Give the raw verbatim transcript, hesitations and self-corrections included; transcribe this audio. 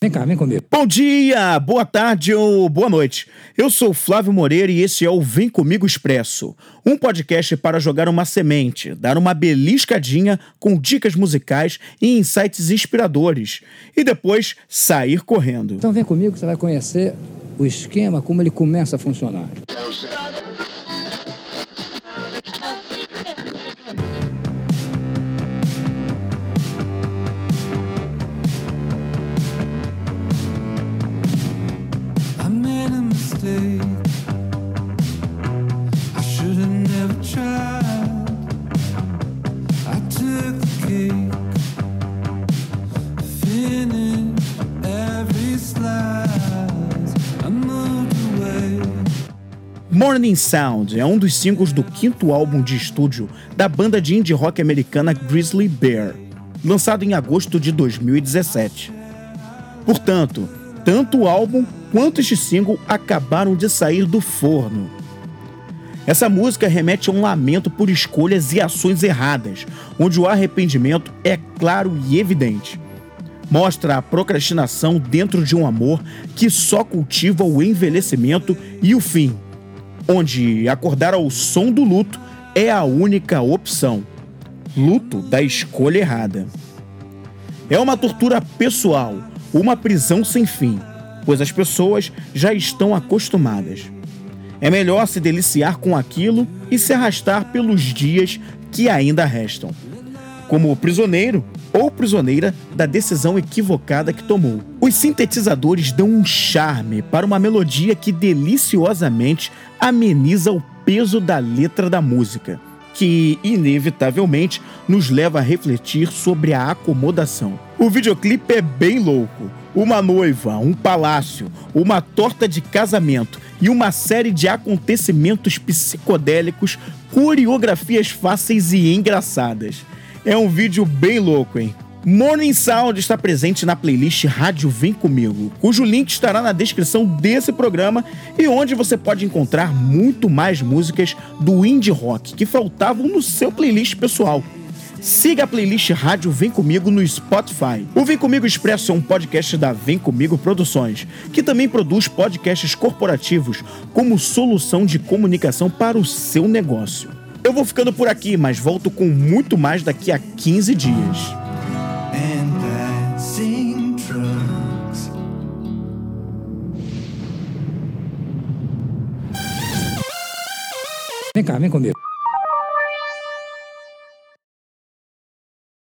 Vem cá, vem comigo. Bom dia, boa tarde ou boa noite. Eu sou Flávio Moreira e esse é o Vem Comigo Expresso, um podcast para jogar uma semente, dar uma beliscadinha com dicas musicais e insights inspiradores e depois sair correndo. Então vem comigo que você vai conhecer o esquema, como ele começa a funcionar. Morning Sound é um dos singles do quinto álbum de estúdio da banda de indie rock americana Grizzly Bear, lançado em agosto de dois mil e dezessete. Portanto, tanto o álbum quanto este single acabaram de sair do forno. Essa música remete a um lamento por escolhas e ações erradas, onde o arrependimento é claro e evidente. Mostra a procrastinação dentro de um amor que só cultiva o envelhecimento e o fim, onde acordar ao som do luto é a única opção. Luto da escolha errada. É uma tortura pessoal, uma prisão sem fim, pois as pessoas já estão acostumadas. É melhor se deliciar com aquilo e se arrastar pelos dias que ainda restam, como prisioneiro ou prisioneira da decisão equivocada que tomou. Os sintetizadores dão um charme para uma melodia que deliciosamente ameniza o peso da letra da música, que inevitavelmente nos leva a refletir sobre a acomodação. O videoclipe é bem louco. Uma noiva, um palácio, uma torta de casamento e uma série de acontecimentos psicodélicos, coreografias fáceis e engraçadas. É um vídeo bem louco, hein? Morning Sound está presente na playlist Rádio Vem Comigo, cujo link estará na descrição desse programa e onde você pode encontrar muito mais músicas do indie rock que faltavam no seu playlist pessoal. Siga a playlist Rádio Vem Comigo no Spotify. O Vem Comigo Expresso é um podcast da Vem Comigo Produções, que também produz podcasts corporativos como solução de comunicação para o seu negócio. Eu vou ficando por aqui, mas volto com muito mais daqui a quinze dias. Vem cá, vem comigo.